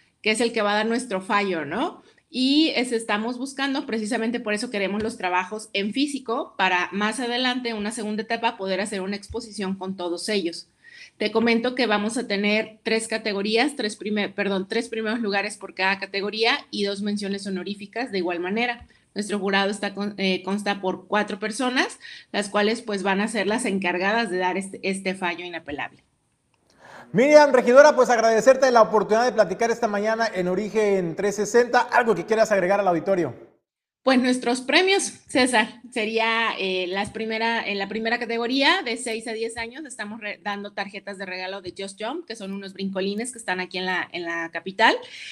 Speaker 9: a dar nuestro fallo, ¿no? Y estamos buscando, precisamente por eso queremos los trabajos en físico, para más adelante, en una segunda etapa, poder hacer una exposición con todos ellos. Te comento que vamos a tener 3 categorías, 3 primeros lugares por cada categoría y 2 menciones honoríficas de igual manera. Nuestro jurado consta por 4 personas, las cuales pues van a ser las encargadas de dar este fallo inapelable.
Speaker 1: Miriam, regidora, pues agradecerte la oportunidad de platicar esta mañana en Origen 360. ¿Algo que quieras agregar al auditorio?
Speaker 9: Pues nuestros premios, César, sería en la primera categoría de 6 a 10 años estamos dando tarjetas de regalo de Just Jump, que son unos brincolines que están aquí en la capital,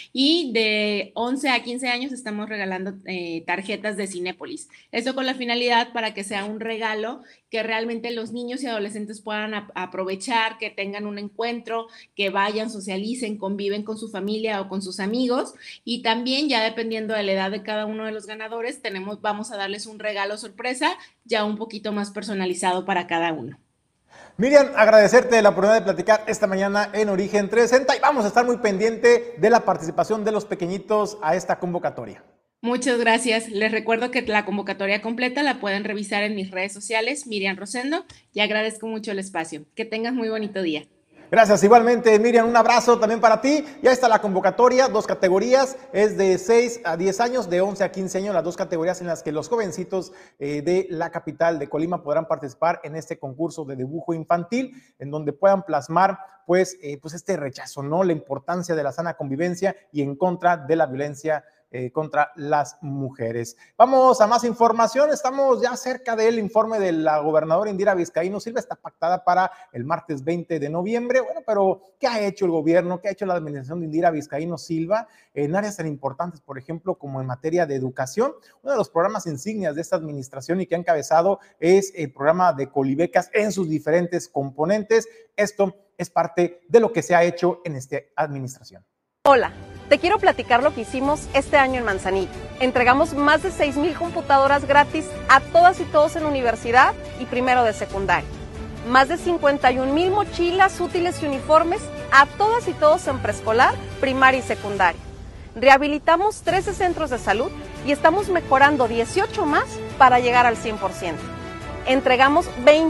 Speaker 9: y de 11 a 15 años estamos regalando tarjetas de Cinépolis. Esto con la finalidad para que sea un regalo que realmente los niños y adolescentes puedan aprovechar, que tengan un encuentro, que vayan, socialicen, conviven con su familia o con sus amigos, y también ya dependiendo de la edad de cada uno de los ganadores, vamos a darles un regalo sorpresa ya un poquito más personalizado para cada uno.
Speaker 1: Miriam, agradecerte la oportunidad de platicar esta mañana en Origen 360 y vamos a estar muy pendiente de la participación de los pequeñitos a esta convocatoria.
Speaker 9: Muchas gracias. Les recuerdo que la convocatoria completa la pueden revisar en mis redes sociales, Miriam Rosendo, y agradezco mucho el espacio. Que tengas muy bonito día.
Speaker 1: Gracias, igualmente, Miriam, un abrazo también para ti. Ya está la convocatoria, 2 categorías, es de 6 a 10 años, de 11 a 15 años, las 2 categorías en las que los jovencitos de la capital de Colima podrán participar en este concurso de dibujo infantil, en donde puedan plasmar pues este rechazo, ¿no? La importancia de la sana convivencia y en contra de la violencia contra las mujeres. Vamos a más información, estamos ya cerca del informe de la gobernadora Indira Vizcaíno Silva, está pactada para el martes 20 de noviembre, bueno, pero ¿qué ha hecho el gobierno? ¿Qué ha hecho la administración de Indira Vizcaíno Silva en áreas tan importantes, por ejemplo, como en materia de educación? Uno de los programas insignias de esta administración y que ha encabezado es el programa de Colibecas en sus diferentes componentes. Esto es parte de lo que se ha hecho en esta administración.
Speaker 10: Hola, te quiero platicar lo que hicimos este año en Manzanillo. Entregamos más de 6,000 computadoras gratis a todas y todos en universidad y primero de secundaria. Más de 51,000 mochilas, útiles y uniformes a todas y todos en preescolar, primaria y secundaria. Rehabilitamos 13 centros de salud y estamos mejorando 18 más para llegar al 100%. Entregamos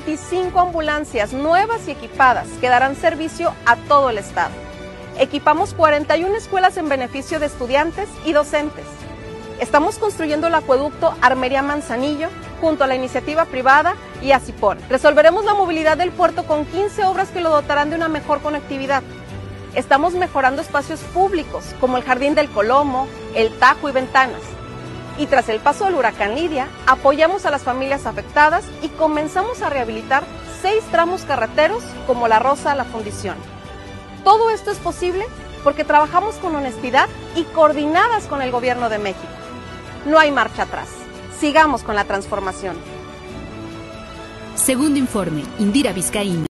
Speaker 10: 25 ambulancias nuevas y equipadas que darán servicio a todo el estado. Equipamos 41 escuelas en beneficio de estudiantes y docentes. Estamos construyendo el acueducto Armería Manzanillo junto a la iniciativa privada y a Cipón. Resolveremos la movilidad del puerto con 15 obras que lo dotarán de una mejor conectividad. Estamos mejorando espacios públicos como el Jardín del Colomo, el Tajo y Ventanas. Y tras el paso del huracán Lidia, apoyamos a las familias afectadas y comenzamos a rehabilitar 6 tramos carreteros como La Rosa a la Fundición. Todo esto es posible porque trabajamos con honestidad y coordinadas con el Gobierno de México. No hay marcha atrás. Sigamos con la transformación.
Speaker 11: Segundo informe, Indira Vizcaíno.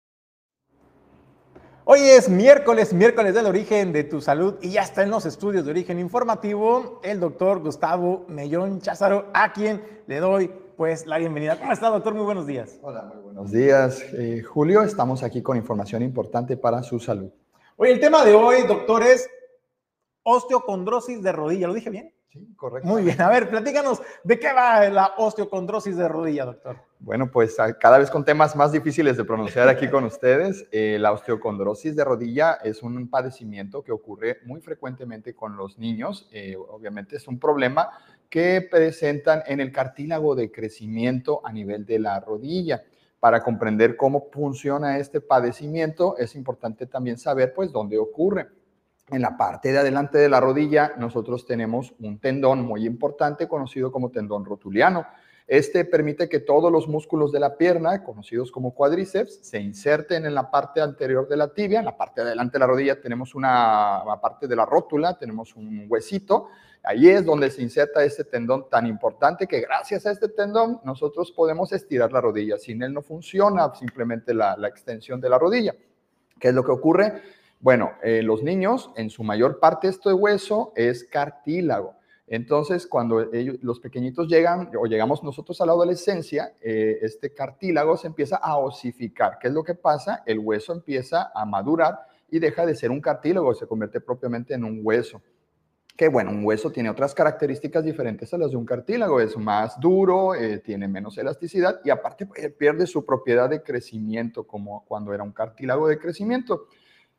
Speaker 1: Hoy es miércoles del Origen de tu Salud y ya está en los estudios de Origen Informativo el doctor Gustavo Mellón Cházaro, a quien le doy pues la bienvenida. ¿Cómo está, doctor? Muy buenos días.
Speaker 12: Hola, muy buenos días, Julio. Estamos aquí con información importante para su salud.
Speaker 1: Oye, el tema de hoy, doctor, es Osteocondrosis de rodilla, ¿lo dije bien?
Speaker 12: Sí, correcto.
Speaker 1: Muy bien, a ver, platícanos, ¿de qué va la osteocondrosis de rodilla, doctor?
Speaker 12: Bueno, pues cada vez con temas más difíciles de pronunciar aquí con ustedes. La osteocondrosis de rodilla es un padecimiento que ocurre muy frecuentemente con los niños. Obviamente es un problema que presentan en el cartílago de crecimiento a nivel de la rodilla. Para comprender cómo funciona este padecimiento, es importante también saber, pues, dónde ocurre. En la parte de adelante de la rodilla, nosotros tenemos un tendón muy importante conocido como tendón rotuliano. Este permite que todos los músculos de la pierna, conocidos como cuádriceps, se inserten en la parte anterior de la tibia. En la parte de adelante de la rodilla tenemos una parte de la rótula, tenemos un huesito. Ahí es donde se inserta este tendón tan importante que gracias a este tendón nosotros podemos estirar la rodilla. Sin él no funciona simplemente la extensión de la rodilla. ¿Qué es lo que ocurre? Bueno, los niños, en su mayor parte, este hueso es cartílago. Entonces, cuando los pequeñitos llegan o llegamos nosotros a la adolescencia, este cartílago se empieza a osificar. ¿Qué es lo que pasa? El hueso empieza a madurar y deja de ser un cartílago, se convierte propiamente en un hueso. Que bueno, un hueso tiene otras características diferentes a las de un cartílago. Es más duro, tiene menos elasticidad y aparte pierde su propiedad de crecimiento como cuando era un cartílago de crecimiento.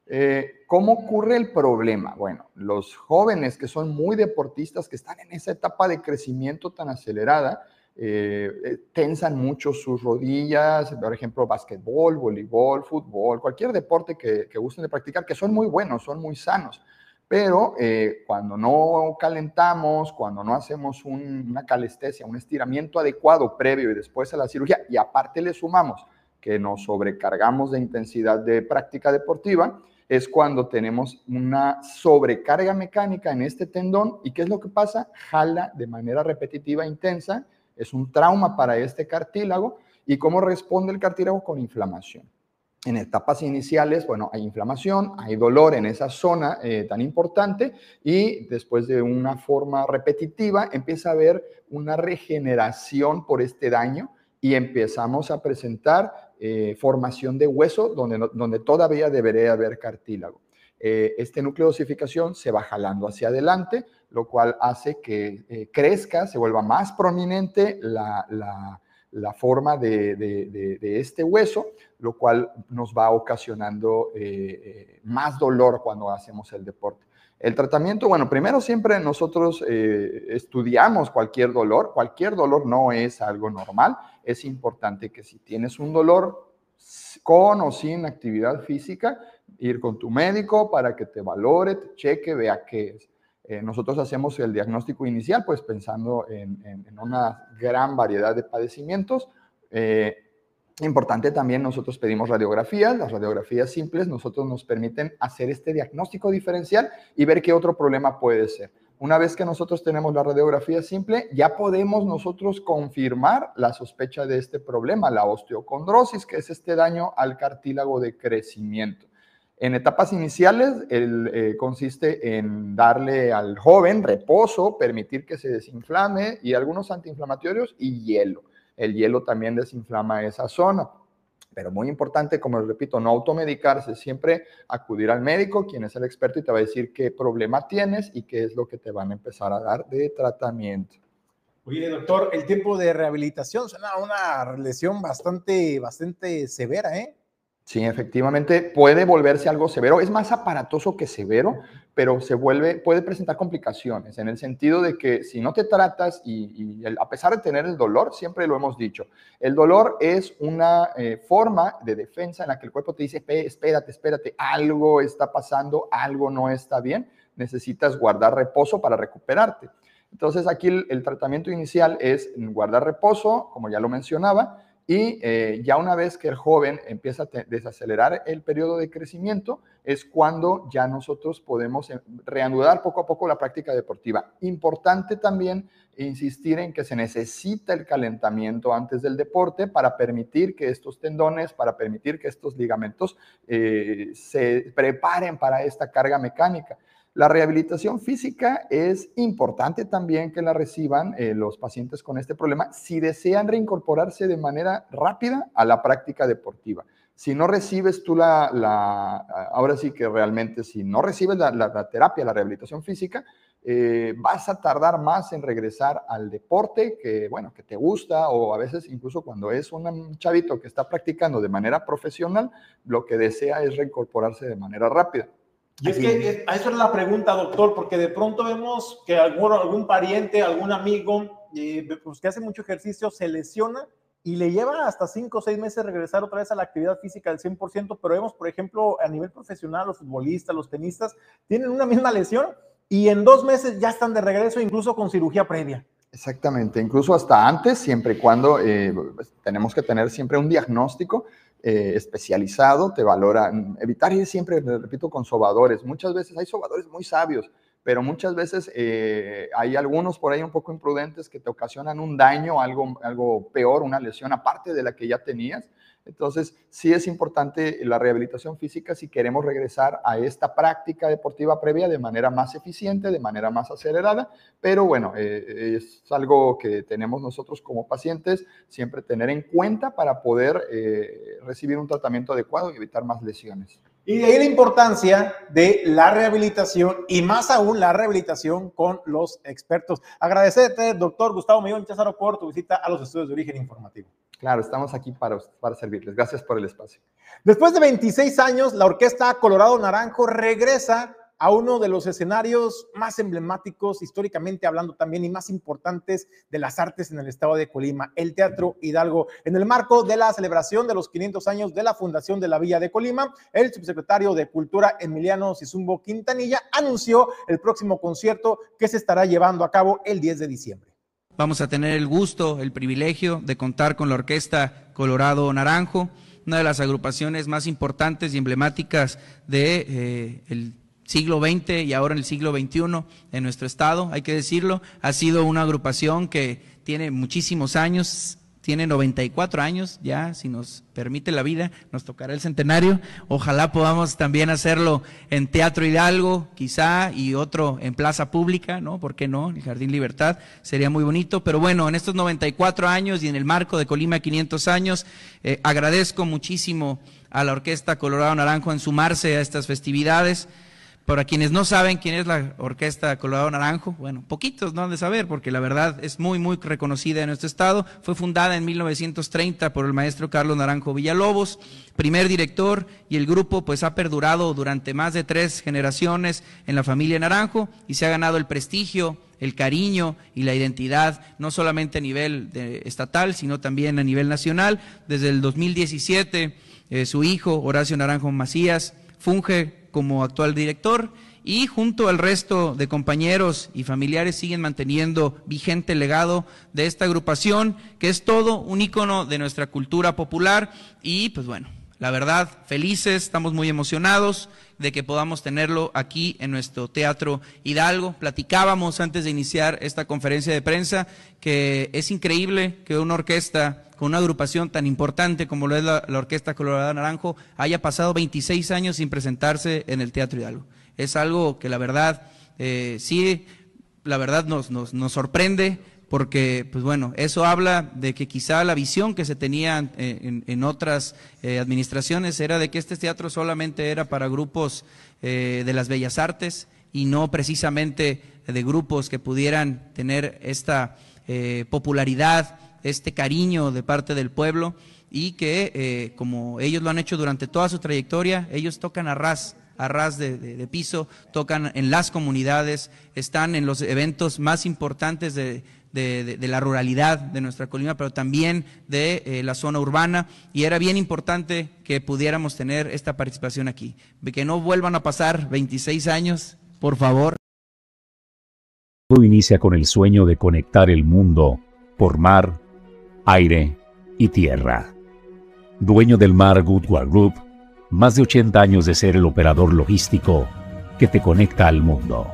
Speaker 12: ¿Cómo ocurre el problema? Bueno, los jóvenes que son muy deportistas, que están en esa etapa de crecimiento tan acelerada, tensan mucho sus rodillas, por ejemplo, básquetbol, voleibol, fútbol, cualquier deporte que gusten de practicar, que son muy buenos, son muy sanos. Pero cuando no calentamos, cuando no hacemos una calestesia, un estiramiento adecuado previo y después a la cirugía, y aparte le sumamos que nos sobrecargamos de intensidad de práctica deportiva, es cuando tenemos una sobrecarga mecánica en este tendón. ¿Y qué es lo que pasa? Jala de manera repetitiva e intensa. Es un trauma para este cartílago. ¿Y cómo responde el cartílago? Con inflamación. En etapas iniciales, bueno, hay inflamación, hay dolor en esa zona tan importante y después de una forma repetitiva empieza a haber una regeneración por este daño y empezamos a presentar formación de hueso donde todavía debería haber cartílago. Este núcleo de osificación se va jalando hacia adelante, lo cual hace que crezca, se vuelva más prominente la forma de este hueso, lo cual nos va ocasionando más dolor cuando hacemos el deporte. El tratamiento, bueno, primero siempre nosotros estudiamos cualquier dolor no es algo normal, es importante que si tienes un dolor con o sin actividad física, ir con tu médico para que te valore, te cheque, vea qué es. Nosotros hacemos el diagnóstico inicial, pues pensando en una gran variedad de padecimientos. Importante también, nosotros pedimos radiografías. Las radiografías simples nosotros nos permiten hacer este diagnóstico diferencial y ver qué otro problema puede ser. Una vez que nosotros tenemos la radiografía simple, ya podemos nosotros confirmar la sospecha de este problema, la osteocondrosis, que es este daño al cartílago de crecimiento. En etapas iniciales, consiste en darle al joven reposo, permitir que se desinflame y algunos antiinflamatorios y hielo. El hielo también desinflama esa zona. Pero muy importante, como les repito, no automedicarse, siempre acudir al médico, quien es el experto y te va a decir qué problema tienes y qué es lo que te van a empezar a dar de tratamiento.
Speaker 1: Oye, doctor, el tiempo de rehabilitación suena a una lesión bastante severa, ¿eh?
Speaker 12: Sí, efectivamente puede volverse algo severo. Es más aparatoso que severo, pero puede presentar complicaciones en el sentido de que si no te tratas a pesar de tener el dolor, siempre lo hemos dicho, el dolor es una forma de defensa en la que el cuerpo te dice, espérate, algo está pasando, algo no está bien, necesitas guardar reposo para recuperarte. Entonces aquí el tratamiento inicial es guardar reposo, como ya lo mencionaba, y ya una vez que el joven empieza a desacelerar el periodo de crecimiento, es cuando ya nosotros podemos reanudar poco a poco la práctica deportiva. Importante también insistir en que se necesita el calentamiento antes del deporte para permitir que estos tendones, para permitir que estos ligamentos se preparen para esta carga mecánica. La rehabilitación física es importante también que la reciban los pacientes con este problema si desean reincorporarse de manera rápida a la práctica deportiva. Si no recibes tú ahora sí que realmente, si no recibes la terapia, la rehabilitación física, vas a tardar más en regresar al deporte que te gusta, o a veces incluso cuando es un chavito que está practicando de manera profesional, lo que desea es reincorporarse de manera rápida.
Speaker 1: Y es que a eso es la pregunta, doctor, porque de pronto vemos que algún pariente, algún amigo, pues que hace mucho ejercicio, se lesiona y le lleva hasta 5 o 6 meses regresar otra vez a la actividad física del 100%, pero vemos, por ejemplo, a nivel profesional, los futbolistas, los tenistas, tienen una misma lesión y en 2 meses ya están de regreso, incluso con cirugía previa.
Speaker 12: Exactamente, incluso hasta antes, siempre y cuando tenemos que tener siempre un diagnóstico especializado, te valoran, evitar ir siempre, repito, con sobadores. Muchas veces hay sobadores muy sabios, pero muchas veces hay algunos por ahí un poco imprudentes que te ocasionan un daño, algo peor, una lesión aparte de la que ya tenías. Entonces, sí es importante la rehabilitación física si queremos regresar a esta práctica deportiva previa de manera más eficiente, de manera más acelerada, pero bueno, es algo que tenemos nosotros como pacientes siempre tener en cuenta para poder recibir un tratamiento adecuado y evitar más lesiones.
Speaker 1: Y de ahí la importancia de la rehabilitación y más aún la rehabilitación con los expertos. Agradecerte, doctor Gustavo Millón Cházaro, por tu visita a los estudios de Origen Informativo.
Speaker 12: Claro, estamos aquí para servirles. Gracias por el espacio.
Speaker 1: Después de 26 años, la Orquesta Colorado Naranjo regresa a uno de los escenarios más emblemáticos, históricamente hablando también, y más importantes de las artes en el estado de Colima, el Teatro Hidalgo. En el marco de la celebración de los 500 años de la fundación de la Villa de Colima, el subsecretario de Cultura, Emiliano Sizumbo Quintanilla, anunció el próximo concierto que se estará llevando a cabo el 10 de diciembre.
Speaker 13: Vamos a tener el gusto, el privilegio de contar con la Orquesta Colorado Naranjo, una de las agrupaciones más importantes y emblemáticas del siglo XX y ahora en el siglo XXI en nuestro estado, hay que decirlo. Ha sido una agrupación que tiene muchísimos años, tiene 94 años ya, si nos permite la vida, nos tocará el centenario. Ojalá podamos también hacerlo en Teatro Hidalgo, quizá, y otro en Plaza Pública, ¿no? ¿Por qué no? El Jardín Libertad, sería muy bonito. Pero bueno, en estos 94 años y en el marco de Colima 500 años, agradezco muchísimo a la Orquesta Colorado Naranjo en sumarse a estas festividades. Para quienes no saben quién es la Orquesta Colorado Naranjo, bueno, poquitos no han de saber, porque la verdad es muy, muy reconocida en nuestro estado. Fue fundada en 1930 por el maestro Carlos Naranjo Villalobos, primer director, y el grupo pues ha perdurado durante más de 3 generaciones en la familia Naranjo y se ha ganado el prestigio, el cariño y la identidad, no solamente a nivel estatal, sino también a nivel nacional. Desde el 2017, su hijo, Horacio Naranjo Macías, funge como actual director y junto al resto de compañeros y familiares siguen manteniendo vigente el legado de esta agrupación, que es todo un ícono de nuestra cultura popular. Y pues bueno, la verdad, felices, estamos muy emocionados de que podamos tenerlo aquí en nuestro Teatro Hidalgo. Platicábamos antes de iniciar esta conferencia de prensa que es increíble que una orquesta con una agrupación tan importante como lo es la Orquesta Colorado Naranjo haya pasado 26 años sin presentarse en el Teatro Hidalgo. Es algo que la verdad, sí, la verdad nos sorprende, porque pues bueno, eso habla de que quizá la visión que se tenía en otras administraciones era de que este teatro solamente era para grupos de las bellas artes y no precisamente de grupos que pudieran tener esta popularidad, este cariño de parte del pueblo, y que como ellos lo han hecho durante toda su trayectoria, ellos tocan a ras de piso, tocan en las comunidades, están en los eventos más importantes de la ruralidad de nuestra Colima, pero también de la zona urbana, y era bien importante que pudiéramos tener esta participación aquí, que no vuelvan a pasar 26 años, por favor.
Speaker 3: Todo inicia con el sueño de conectar el mundo por mar, aire y tierra. Dueño del Mar Goodward Group, más de 80 años de ser el operador logístico que te conecta al mundo.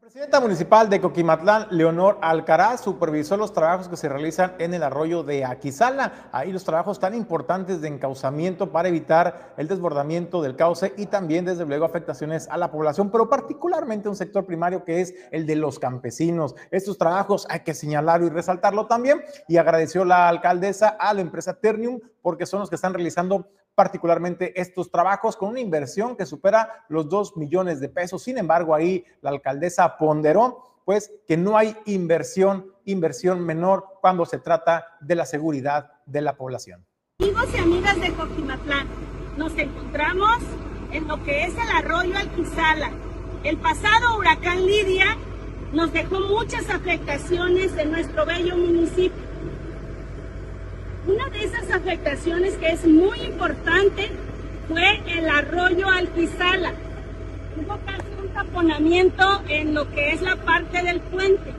Speaker 1: La presidenta municipal de Coquimatlán, Leonor Alcaraz, supervisó los trabajos que se realizan en el arroyo de Aquisala. Ahí los trabajos tan importantes de encauzamiento para evitar el desbordamiento del cauce y también, desde luego, afectaciones a la población, pero particularmente un sector primario que es el de los campesinos. Estos trabajos hay que señalarlo y resaltarlo también, y agradeció la alcaldesa a la empresa Ternium porque son los que están realizando particularmente estos trabajos con una inversión que supera los 2 millones de pesos. Sin embargo, ahí la alcaldesa ponderó pues que no hay inversión menor cuando se trata de la seguridad de la población.
Speaker 14: Amigos y amigas de Coquimatlán, nos encontramos en lo que es el arroyo Alquizala. El pasado huracán Lidia nos dejó muchas afectaciones en nuestro bello municipio. Una de esas afectaciones que es muy importante fue el arroyo Alquizala. Hubo casi un taponamiento en lo que es la parte del puente.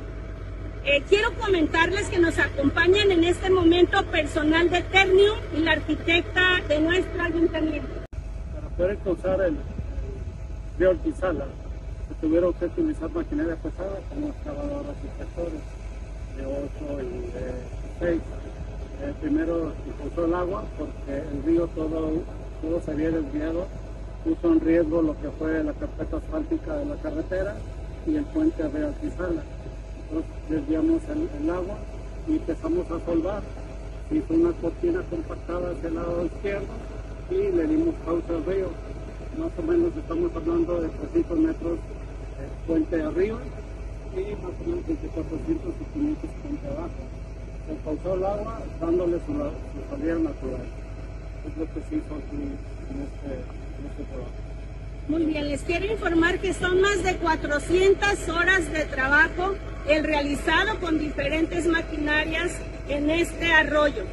Speaker 14: Quiero comentarles que nos acompañan en este momento personal de Ternium y la arquitecta de nuestro ayuntamiento.
Speaker 15: Para poder cruzar el río Alquizala, se tuvieron que utilizar maquinaria pesada como excavadoras y tractores de 8 y de 6. Primero impulsó el agua porque el río todo se había desviado, puso en riesgo lo que fue la carpeta asfáltica de la carretera y el puente de Alquizala. Entonces desviamos el agua y empezamos a solvar. Se hizo una cortina compactada hacia el lado izquierdo y le dimos cauce al río. Más o menos estamos hablando de 300 metros puente arriba y más o menos entre 400 y 500 puente abajo. Se pausó el agua dándole su salida natural. Es lo que se hizo aquí en este trabajo.
Speaker 14: Muy bien, les quiero informar que son más de 400 horas de trabajo el realizado con diferentes maquinarias en este arroyo.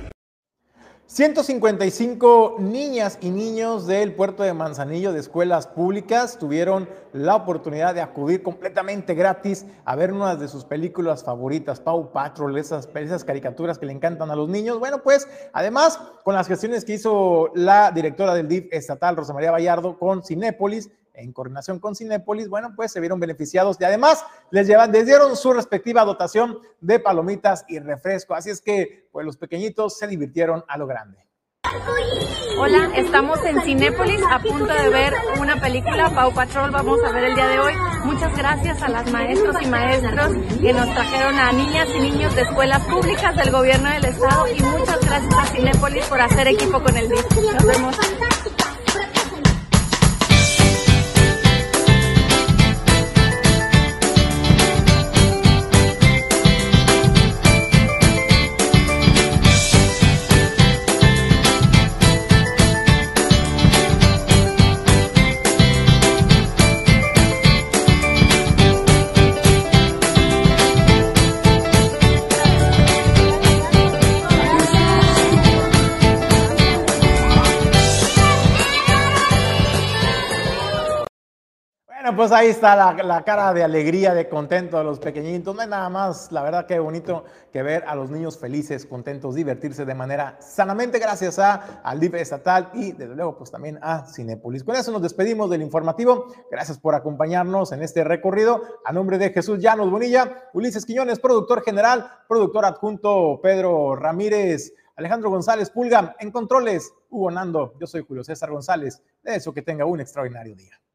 Speaker 1: 155 niñas y niños del puerto de Manzanillo de escuelas públicas tuvieron la oportunidad de acudir completamente gratis a ver una de sus películas favoritas, Paw Patrol, esas caricaturas que le encantan a los niños. Bueno, pues además con las gestiones que hizo la directora del DIF estatal, Rosa María Vallardo, con Cinépolis, en coordinación con Cinépolis, bueno, pues se vieron beneficiados y además les dieron su respectiva dotación de palomitas y refresco. Así es que, pues los pequeñitos se divirtieron a lo grande.
Speaker 10: Hola, estamos en Cinépolis a punto de ver una película, Paw Patrol, vamos a ver el día de hoy. Muchas gracias a las maestros y maestros que nos trajeron a niñas y niños de escuelas públicas del gobierno del estado y muchas gracias a Cinépolis por hacer equipo con el DIF. Nos vemos.
Speaker 1: Bueno, pues ahí está la cara de alegría, de contento de los pequeñitos. No hay nada más, la verdad que bonito que ver a los niños felices, contentos, divertirse de manera sanamente gracias al DIF estatal y desde luego pues también a Cinépolis. Con eso nos despedimos del informativo. Gracias por acompañarnos en este recorrido. A nombre de Jesús Llanos Bonilla, Ulises Quiñones, productor general, productor adjunto Pedro Ramírez, Alejandro González Pulga, en controles, Hugo Nando. Yo soy Julio César González. De eso que tenga un extraordinario día.